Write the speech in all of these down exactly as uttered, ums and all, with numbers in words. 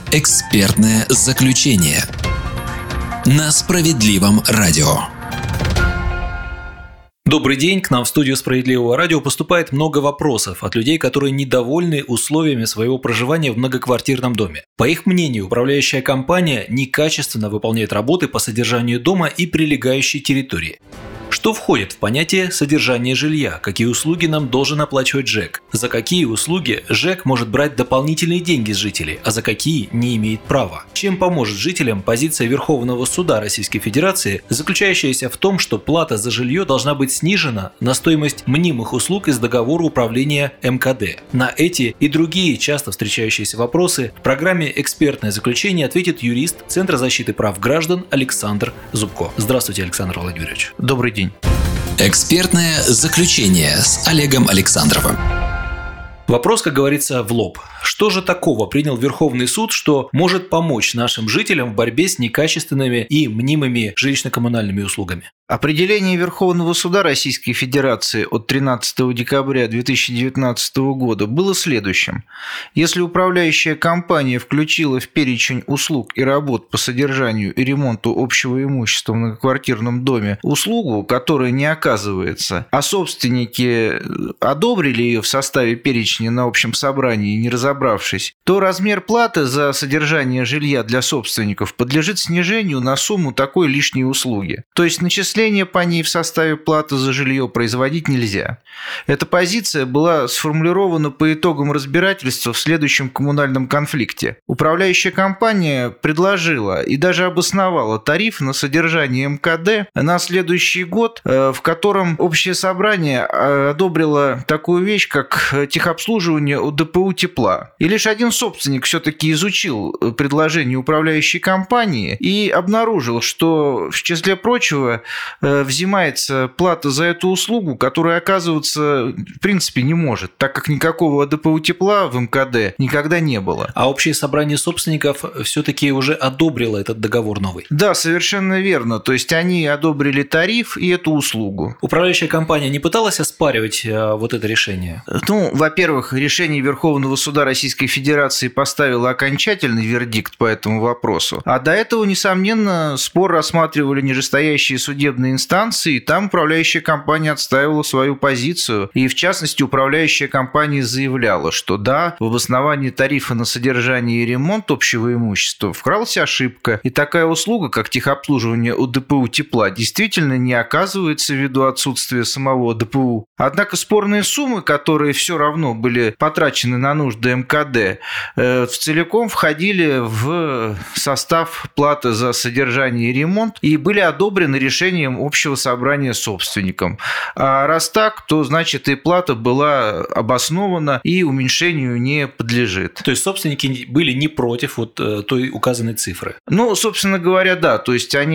Экспертное заключение на Справедливом радио. Добрый день, к нам в студию Справедливого радио поступает много вопросов от людей, которые недовольны условиями своего проживания в многоквартирном доме. По их мнению, управляющая компания некачественно выполняет работы по содержанию дома и прилегающей территории. Что входит в понятие содержание жилья? Какие услуги нам должен оплачивать ЖЭК? За какие услуги ЖЭК может брать дополнительные деньги с жителей, а за какие не имеет права? Чем поможет жителям позиция Верховного суда Российской Федерации, заключающаяся в том, что плата за жилье должна быть снижена на стоимость мнимых услуг из договора управления эм ка дэ? На эти и другие часто встречающиеся вопросы в программе «Экспертное заключение» ответит юрист Центра защиты прав граждан Александр Зубко. Здравствуйте, Александр Владимирович. Добрый день. Экспертное заключение с Олегом Александровым. Вопрос, как говорится, в лоб. Что же такого принял Верховный суд, что может помочь нашим жителям в борьбе с некачественными и мнимыми жилищно-коммунальными услугами? Определение Верховного суда Российской Федерации от тринадцатого декабря две тысячи девятнадцатого года было следующим. Если управляющая компания включила в перечень услуг и работ по содержанию и ремонту общего имущества в многоквартирном доме услугу, которая не оказывается, а собственники одобрили ее в составе перечня на общем собрании, не разобравшись, то размер платы за содержание жилья для собственников подлежит снижению на сумму такой лишней услуги. То есть начисление по ней в составе платы за жилье производить нельзя. Эта позиция была сформулирована по итогам разбирательства в следующем коммунальном конфликте. Управляющая компания предложила и даже обосновала тариф на содержание эм ка дэ на следующий год, в котором общее собрание одобрило такую вещь, как техобслуживание у дэ пэ у тепла. И лишь один собственник все-таки изучил предложение управляющей компании и обнаружил, что в числе прочего взимается плата за эту услугу, которая оказываться в принципе не может, так как никакого дэ пэ у тепла в эм ка дэ никогда не было. А общее собрание собственников все-таки уже одобрило этот договор новый? Да, совершенно верно. То есть они одобрили тариф и эту услугу. Управляющая компания не пыталась оспаривать вот это решение? Ну, во-первых, решение Верховного суда Российской Федерации поставило окончательный вердикт по этому вопросу. А до этого, несомненно, спор рассматривали нижестоящие судебные инстанции, и там управляющая компания отстаивала свою позицию. И, в частности, управляющая компания заявляла, что да, в обосновании тарифа на содержание и ремонт общего имущества вкралась ошибка, и такая услуга, как техобслуживание у дэ пэ у тепла, действительно не оказывается ввиду отсутствия самого дэ пэ у. Однако спорные суммы, которые все равно были потрачены на нужды эм ка дэ, э, целиком входили в состав платы за содержание и ремонт и были одобрены решением общего собрания собственникам. А раз так, то значит и плата была обоснована и уменьшению не подлежит. То есть собственники были не против вот той указанной цифры? Ну, собственно говоря, да. То есть они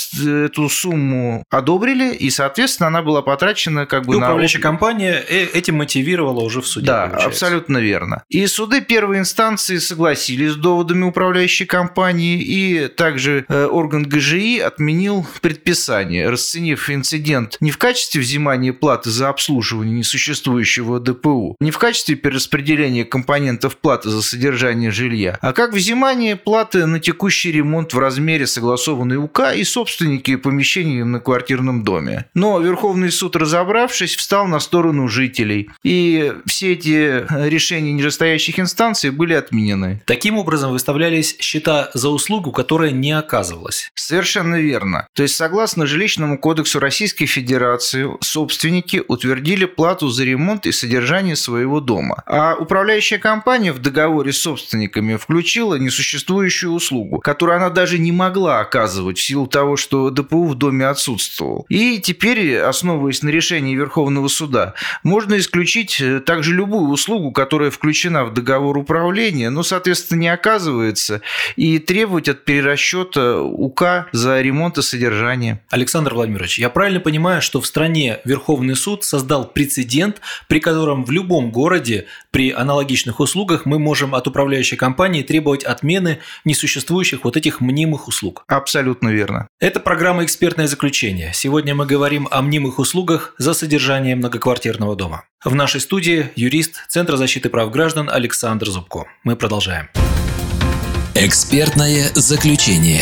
эту сумму одобрили, и, соответственно, она была потрачена как бы и на... управляющая компания этим мотивировала уже в суде, да, получается. Абсолютно верно. И суды первой инстанции согласились с доводами управляющей компании, и также орган гэ жэ и отменил предписание, расценив инцидент не в качестве взимания платы за обслуживание несуществующего дэ пэ у, не в качестве перераспределения компонентов платы за содержание жилья, а как взимание платы на текущий ремонт в размере, согласованной у ка и собственники помещений на квартирном доме. Но Верховный суд, разобравшись, встал на сторону жителей, и все эти решения нижестоящих инстанций были отменены. Таким образом выставлялись счета за услугу, которая не оказывалась. Совершенно верно. То есть, согласно Жилищному кодексу Российской Федерации, собственники утвердили плату за ремонт и содержание своего дома. А управляющая компания в договоре с собственниками включила несуществующую услугу, которую она даже не могла оказывать в силу того, что дэ пэ у в доме отсутствовал. И теперь, основываясь на решении Верховного суда, можно исключить также любую услугу, которая включена в договор управления, но, соответственно, не оказывается, и требовать от перерасчета у ка за ремонт и содержание. Александр Владимирович, я правильно понимаю, что в стране Верховный суд создал прецедент, при котором в любом городе при аналогичных услугах мы можем от управляющей компании требовать отмены несуществующих вот этих мнимых услуг? Абсолютно верно. Это программа «Экспертное заключение». Сегодня мы говорим о мнимых услугах за содержание многоквартирного дома. В нашей студии юрист Центра защиты прав граждан Александр Зубко. Мы продолжаем. Экспертное заключение.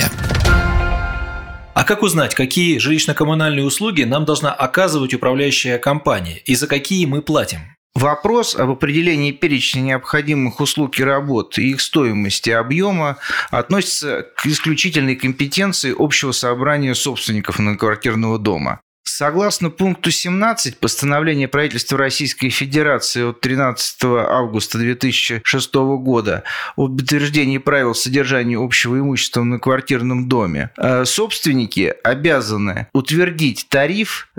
А как узнать, какие жилищно-коммунальные услуги нам должна оказывать управляющая компания и за какие мы платим? Вопрос об определении перечня необходимых услуг и работ и их стоимости и объема относится к исключительной компетенции общего собрания собственников многоквартирного дома. Согласно пункту семнадцать постановления правительства Российской Федерации от тринадцатого августа две тысячи шестого года об утверждении правил содержания общего имущества в многоквартирном доме, собственники обязаны утвердить тариф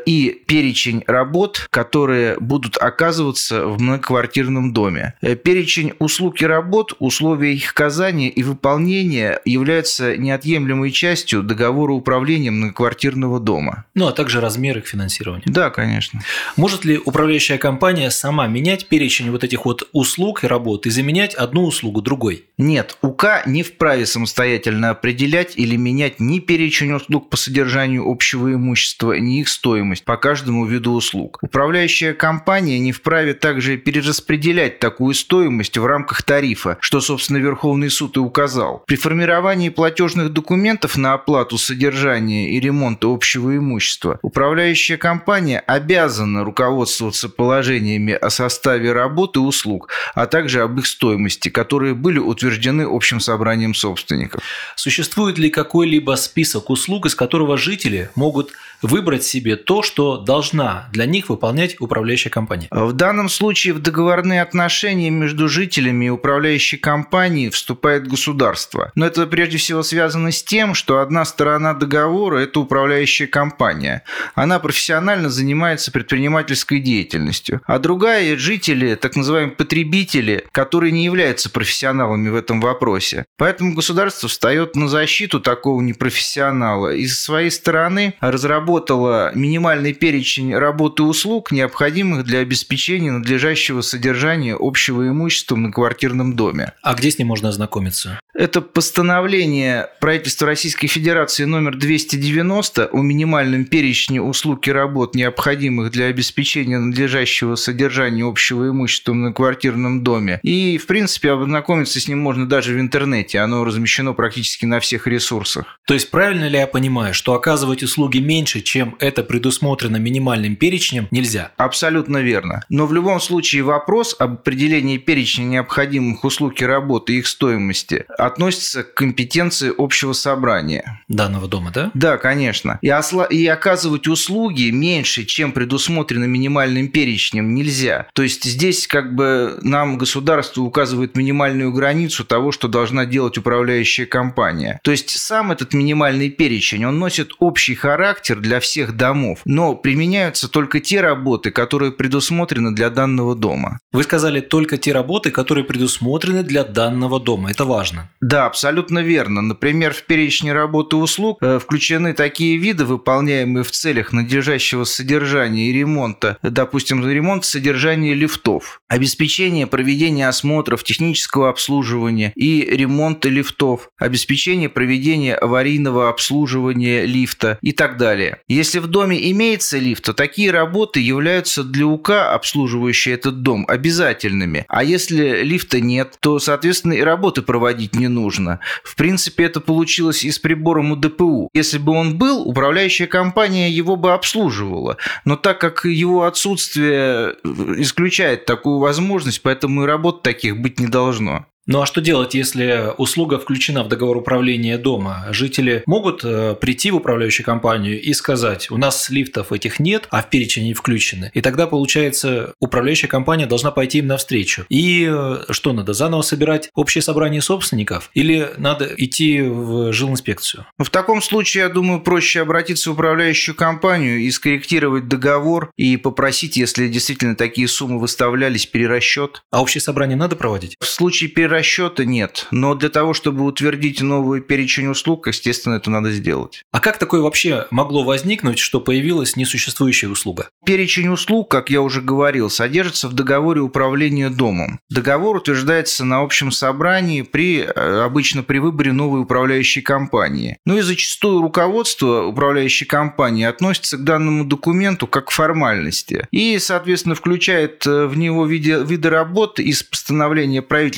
и перечень работ, которые будут оказываться в многоквартирном доме. Перечень услуг и работ, условия их оказания и выполнения являются неотъемлемой частью договора управления многоквартирного дома. Ну, а также размер их финансирования. Да, конечно. Может ли управляющая компания сама менять перечень вот этих вот услуг и работ и заменять одну услугу другой? Нет, УК не вправе самостоятельно определять или менять ни перечень услуг по содержанию общего имущества, ни их стоимость по каждому виду услуг. Управляющая компания не вправе также перераспределять такую стоимость в рамках тарифа, что, собственно, Верховный суд и указал. При формировании платежных документов на оплату содержания и ремонта общего имущества управляющая компания обязана руководствоваться положениями о составе работ и услуг, а также об их стоимости, которые были утверждены общим собранием собственников. Существует ли какой-либо список услуг, из которого жители могут выбрать себе то, что должна для них выполнять управляющая компания? В данном случае в договорные отношения между жителями и управляющей компанией вступает государство. Но это прежде всего связано с тем, что одна сторона договора – это управляющая компания. Она профессионально занимается предпринимательской деятельностью. А другая – жители, так называемые потребители, которые не являются профессионалами в этом вопросе. Поэтому государство встает на защиту такого непрофессионала и со своей стороны разработало минимальный перечень работ и услуг, необходимых для обеспечения надлежащего содержания общего имущества в многоквартирном доме. А где с ним можно ознакомиться? Это постановление правительства Российской Федерации номер двести девяносто о минимальном перечне услуг и работ, необходимых для обеспечения надлежащего содержания общего имущества в многоквартирном доме. И, в принципе, ознакомиться с ним можно даже в интернете. Оно размещено практически на всех ресурсах. То есть правильно ли я понимаю, что оказывать услуги меньше, чем это предусмотрено минимальным перечнем, нельзя? Абсолютно верно. Но в любом случае вопрос об определении перечня необходимых услуг и работ и их стоимости относится к компетенции общего собрания. Данного дома, да? Да, конечно. И, осла... и оказывать услуги меньше, чем предусмотрено минимальным перечнем, нельзя. То есть здесь как бы нам государство указывает минимальную границу того, что должна делать управляющая компания. То есть сам этот минимальный перечень, он носит общий характер для всех домов, но применяются только те работы, которые предусмотрены для данного дома. Вы сказали только те работы, которые предусмотрены для данного дома. Это важно. Да, абсолютно верно. Например, в перечне работ и услуг включены такие виды, выполняемые в целях надлежащего содержания и ремонта, допустим, ремонт содержания лифтов, обеспечение проведения осмотров, технического обслуживания и ремонта лифтов, обеспечение проведения аварийного обслуживания лифта и так далее. Если в доме имеется лифт, то такие работы являются для УК, обслуживающей этот дом, обязательными. А если лифта нет, то, соответственно, и работы проводить не нужно. В принципе, это получилось и с прибором УДПУ. Если бы он был, управляющая компания его бы обслуживала. Но так как его отсутствие исключает такую возможность, поэтому и работ таких быть не должно. Ну а что делать, если услуга включена в договор управления дома? Жители могут прийти в управляющую компанию и сказать: у нас лифтов этих нет, а в перечень не включены. И тогда, получается, управляющая компания должна пойти им навстречу. И что надо, заново собирать общее собрание собственников? Или надо идти в жилинспекцию? В таком случае, я думаю, проще обратиться в управляющую компанию и скорректировать договор и попросить, если действительно такие суммы выставлялись, перерасчет. А общее собрание надо проводить? В случае перерасчета расчета нет, но для того, чтобы утвердить новый перечень услуг, естественно, это надо сделать. А как такое вообще могло возникнуть, что появилась несуществующая услуга? Перечень услуг, как я уже говорил, содержится в договоре управления домом. Договор утверждается на общем собрании при, обычно при выборе новой управляющей компании. Ну и зачастую руководство управляющей компании относится к данному документу как к формальности и, соответственно, включает в него виды, виды работ из постановления правительства двести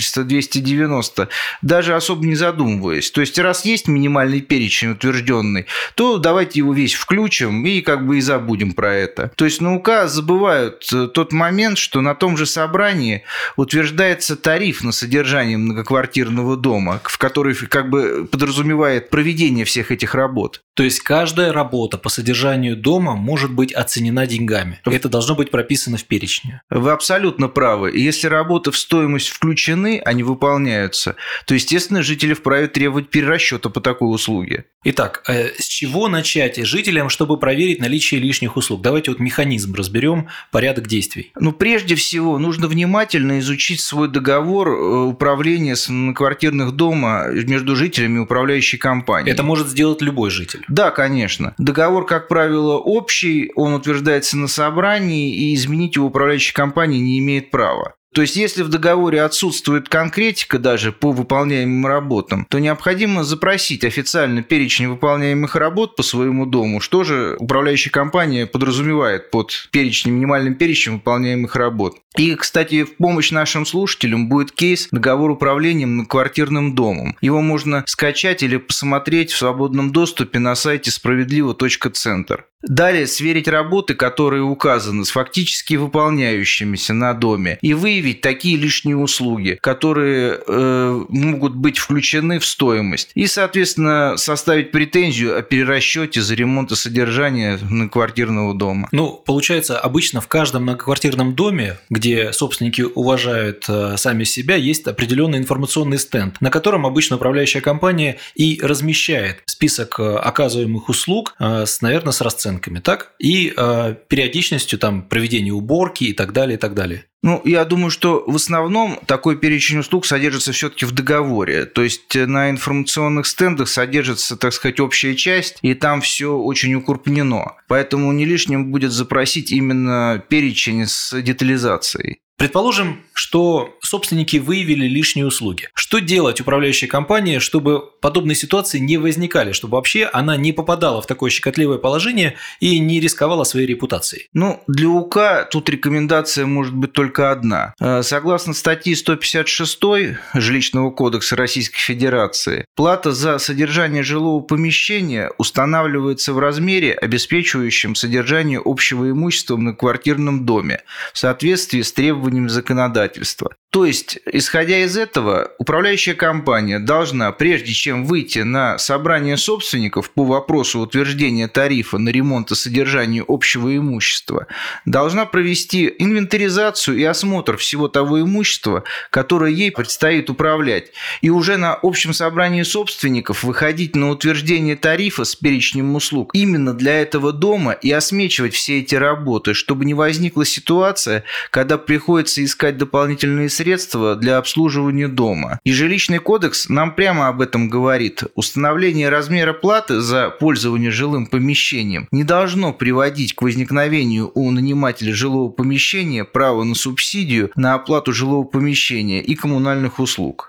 двести девяносто, даже особо не задумываясь. То есть, раз есть минимальный перечень утвержденный, то давайте его весь включим и как бы и забудем про это. То есть, на указ забывают тот момент, что на том же собрании утверждается тариф на содержание многоквартирного дома, в который как бы подразумевает проведение всех этих работ. То есть каждая работа по содержанию дома может быть оценена деньгами. Это должно быть прописано в перечне. Вы абсолютно правы. Если работы в стоимость включены, а не выполняются, то, естественно, жители вправе требовать перерасчета по такой услуге. Итак, с чего начать жителям, чтобы проверить наличие лишних услуг? Давайте вот механизм разберем, порядок действий. Ну, прежде всего, нужно внимательно изучить свой договор управления с многоквартирных дома между жителями и управляющей компанией. Это может сделать любой житель? Да, конечно. Договор, как правило, общий, он утверждается на собрании, и изменить его управляющая компания не имеет права. То есть, если в договоре отсутствует конкретика даже по выполняемым работам, то необходимо запросить официально перечень выполняемых работ по своему дому, что же управляющая компания подразумевает под перечнем, минимальным перечнем выполняемых работ. И, кстати, в помощь нашим слушателям будет кейс «Договор управления многоквартирным домом». Его можно скачать или посмотреть в свободном доступе на сайте справедливо точка центр. Далее сверить работы, которые указаны, с фактически выполняющимися на доме, и выявить такие лишние услуги, которые э, могут быть включены в стоимость, и, соответственно, составить претензию о перерасчете за ремонт и содержание многоквартирного дома. Ну, получается, обычно в каждом многоквартирном доме, где собственники уважают э, сами себя, есть определенный информационный стенд, на котором обычно управляющая компания и размещает список э, оказываемых услуг э, с, наверное, с расценками. Так? И э, периодичностью там, проведения уборки и так далее, и так далее. Ну, я думаю, что в основном такой перечень услуг содержится все-таки в договоре. То есть на информационных стендах содержится, так сказать, общая часть, и там все очень укрупнено. Поэтому не лишним будет запросить именно перечень с детализацией. Предположим, что собственники выявили лишние услуги. Что делать управляющей компании, чтобы подобные ситуации не возникали, чтобы вообще она не попадала в такое щекотливое положение и не рисковала своей репутацией? Ну, для УК тут рекомендация может быть только одна. Согласно статье сто пятьдесят шесть Жилищного кодекса Российской Федерации, плата за содержание жилого помещения устанавливается в размере, обеспечивающем содержание общего имущества в многоквартирном доме в соответствии с требованиями законодательства. То есть, исходя из этого, управляющая компания должна, прежде чем выйти на собрание собственников по вопросу утверждения тарифа на ремонт и содержание общего имущества, должна провести инвентаризацию и осмотр всего того имущества, которое ей предстоит управлять, и уже на общем собрании собственников выходить на утверждение тарифа с перечнем услуг именно для этого дома и осмечивать все эти работы, чтобы не возникла ситуация, когда приходится искать дополнительные средства средства для обслуживания дома. И Жилищный кодекс нам прямо об этом говорит. Установление размера платы за пользование жилым помещением не должно приводить к возникновению у нанимателя жилого помещения права на субсидию на оплату жилого помещения и коммунальных услуг.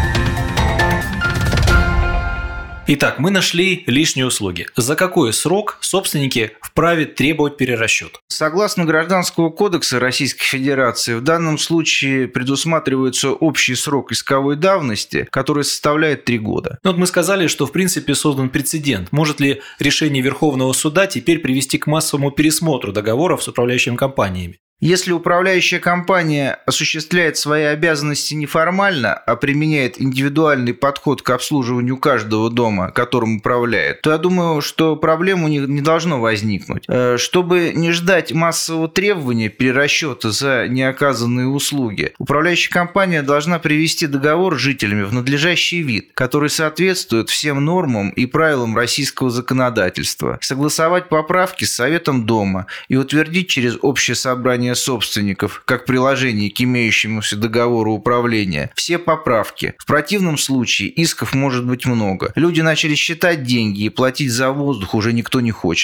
Итак, мы нашли лишние услуги. За какой срок собственники вправе требовать перерасчет? Согласно Гражданского кодекса Российской Федерации, в данном случае предусматривается общий срок исковой давности, который составляет три года. Ну, вот мы сказали, что в принципе создан прецедент. Может ли решение Верховного суда теперь привести к массовому пересмотру договоров с управляющими компаниями? Если управляющая компания осуществляет свои обязанности неформально, а применяет индивидуальный подход к обслуживанию каждого дома, которым управляет, то я думаю, что проблем у них не должно возникнуть. Чтобы не ждать массового требования перерасчета за неоказанные услуги, управляющая компания должна привести договор с жителями в надлежащий вид, который соответствует всем нормам и правилам российского законодательства, согласовать поправки с Советом дома и утвердить через общее собрание собственников, как приложение к имеющемуся договору управления, все поправки. В противном случае исков может быть много. Люди начали считать деньги, и платить за воздух уже никто не хочет.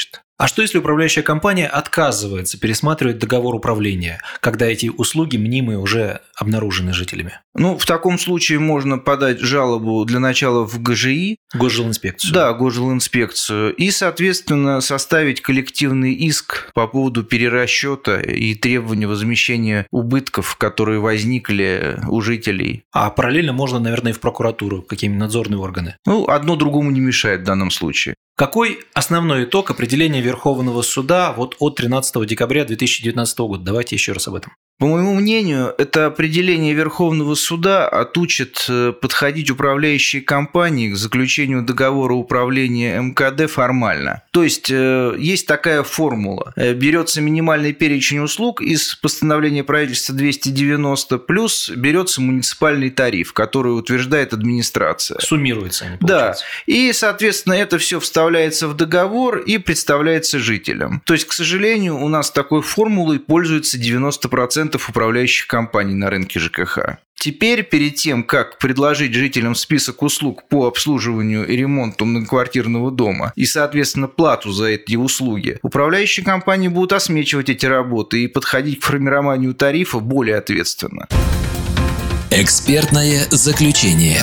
А что если управляющая компания отказывается пересматривать договор управления, когда эти услуги мнимые уже обнаружены жителями? Ну, в таком случае можно подать жалобу для начала в ГЖИ. Госжилинспекцию. Да, госжилинспекцию. И, соответственно, составить коллективный иск по поводу перерасчета и требования возмещения убытков, которые возникли у жителей. А параллельно можно, наверное, и в прокуратуру, какие-нибудь надзорные органы. Ну, одно другому не мешает в данном случае. Какой основной итог определения Верховного суда вот от тринадцатого декабря две тысячи девятнадцатого года? Давайте еще раз об этом. По моему мнению, это определение Верховного суда отучит подходить управляющие компании к заключению договора управления эм ка дэ формально. То есть, есть такая формула. Берется минимальный перечень услуг из постановления правительства двести девяносто, плюс берется муниципальный тариф, который утверждает администрация. Суммируется они, получается. Да. И, соответственно, это все вставляется в договор и представляется жителям. То есть, к сожалению, у нас такой формулой пользуется девяносто процентов управляющих компаний на рынке ЖКХ. Теперь, перед тем, как предложить жителям список услуг по обслуживанию и ремонту многоквартирного дома и, соответственно, плату за эти услуги, управляющие компании будут осмечивать эти работы и подходить к формированию тарифа более ответственно. Экспертное заключение.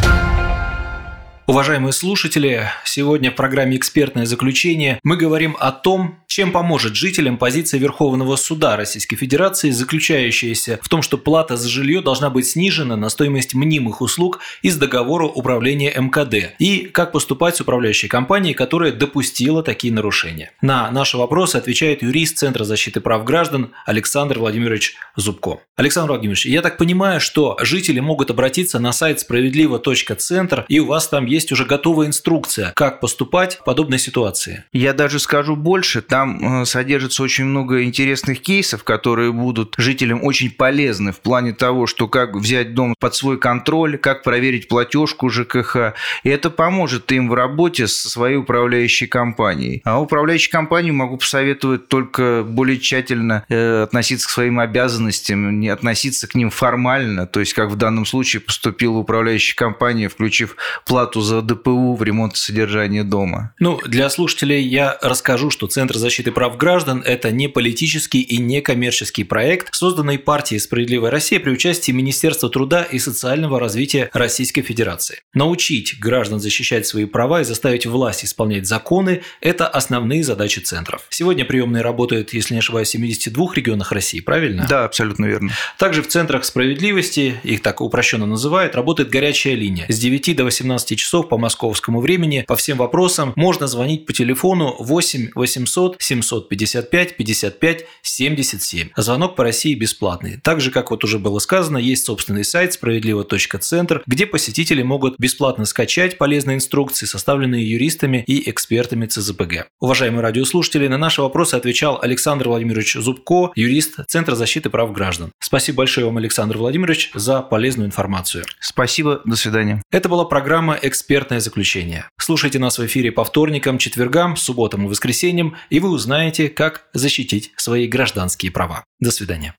Уважаемые слушатели, сегодня в программе «Экспертное заключение» мы говорим о том, чем поможет жителям позиция Верховного суда Российской Федерации, заключающаяся в том, что плата за жилье должна быть снижена на стоимость мнимых услуг из договора управления эм ка дэ, и как поступать с управляющей компанией, которая допустила такие нарушения. На наши вопросы отвечает юрист Центра защиты прав граждан Александр Владимирович Зубко. Александр Владимирович, я так понимаю, что жители могут обратиться на сайт справедливо точка центр, и у вас там есть уже готовая инструкция, как поступать в подобной ситуации. Я даже скажу больше, там содержится очень много интересных кейсов, которые будут жителям очень полезны в плане того, что как взять дом под свой контроль, как проверить платежку ЖКХ. И это поможет им в работе со своей управляющей компанией. А управляющей компании могу посоветовать только более тщательно относиться к своим обязанностям, не относиться к ним формально, то есть как в данном случае поступила управляющая компания, включив плату за дэ пэ у в ремонт и содержание дома. Ну, для слушателей я расскажу, что Центр защиты прав граждан – это не политический и не коммерческий проект, созданный партией «Справедливая Россия» при участии Министерства труда и социального развития Российской Федерации. Научить граждан защищать свои права и заставить власть исполнять законы – это основные задачи центров. Сегодня приемные работают, если не ошибаюсь, в семидесяти двух регионах России, правильно? Да, абсолютно верно. Также в центрах справедливости, их так упрощенно называют, работает горячая линия. С девяти до восемнадцати часов по московскому времени по всем вопросам можно звонить по телефону восемь восемьсот семьсот пятьдесят пять пятьдесят пять семьдесят семь. Звонок по России бесплатный. Также, как вот уже было сказано, есть собственный сайт справедливо точка центр, где посетители могут бесплатно скачать полезные инструкции, составленные юристами и экспертами цэ зэ пэ гэ. Уважаемые радиослушатели, на наши вопросы отвечал Александр Владимирович Зубко, юрист Центра защиты прав граждан. Спасибо большое вам, Александр Владимирович, за полезную информацию. Спасибо, до свидания. Это была программа «Экспертное заключение». Слушайте нас в эфире по вторникам, четвергам, субботам и воскресеньям, и вы узнаете, как защитить свои гражданские права. До свидания.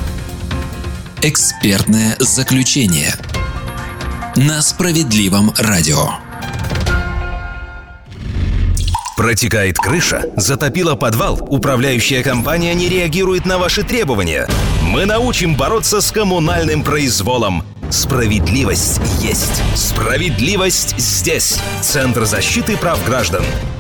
Экспертное заключение на Справедливом радио. Протекает крыша? Затопила подвал? Управляющая компания не реагирует на ваши требования? Мы научим бороться с коммунальным произволом. Справедливость есть. Справедливость здесь. Центр защиты прав граждан.